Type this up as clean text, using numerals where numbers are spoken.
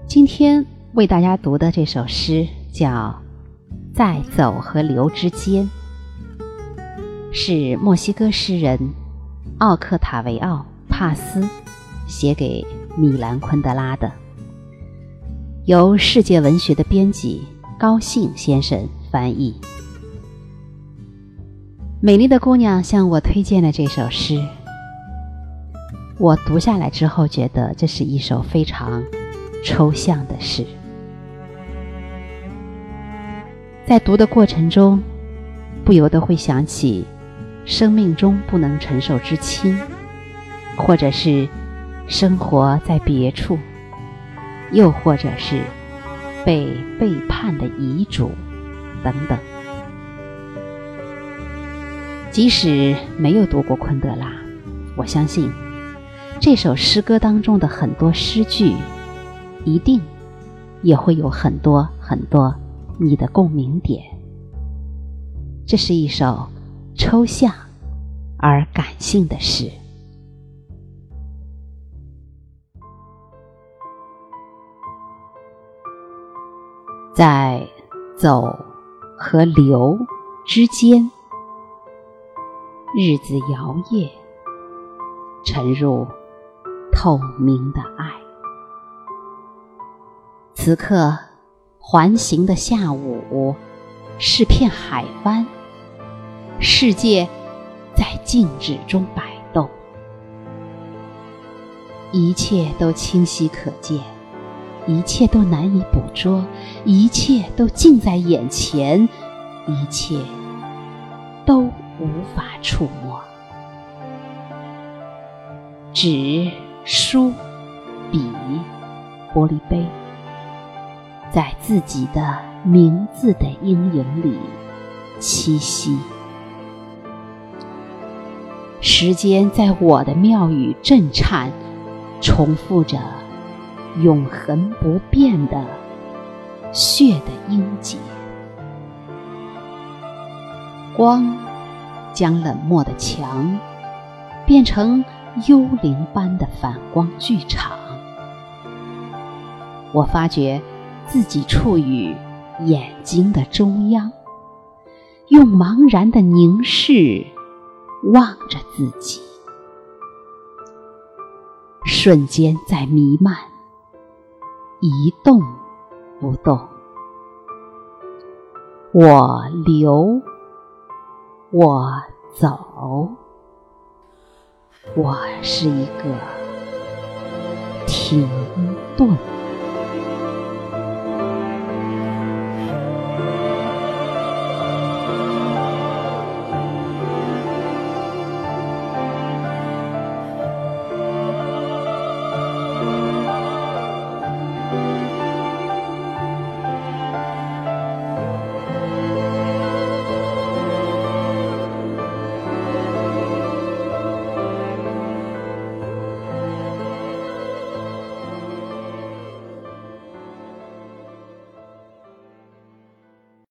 今天为大家读的这首诗叫《在走和留之间》，是墨西哥诗人奥克塔维奥·帕斯写给米兰昆德拉的，由世界文学的编辑高兴先生翻译。美丽的姑娘向我推荐了这首诗，我读下来之后觉得这是一首非常抽象的诗。在读的过程中，不由得会想起生命中不能承受之轻，或者是生活在别处，又或者是被背叛的遗嘱等等。即使没有读过昆德拉，我相信这首诗歌当中的很多诗句一定也会有很多很多你的共鸣点。这是一首抽象而感性的诗。在走和留之间，日子摇曳，沉入透明的爱。此刻环形的下午是片海湾，世界在静止中摆动，一切都清晰可见，一切都难以捕捉，一切都近在眼前，一切都无法触摸。纸、书、笔、玻璃杯，在自己的名字的阴影里栖息。时间在我的庙宇震颤，重复着永恒不变的血的音节。光将冷漠的墙变成幽灵般的反光剧场。我发觉自己处于眼睛的中央，用茫然的凝视望着自己。瞬间在弥漫，一动不动。我留，我走，我是一个停顿。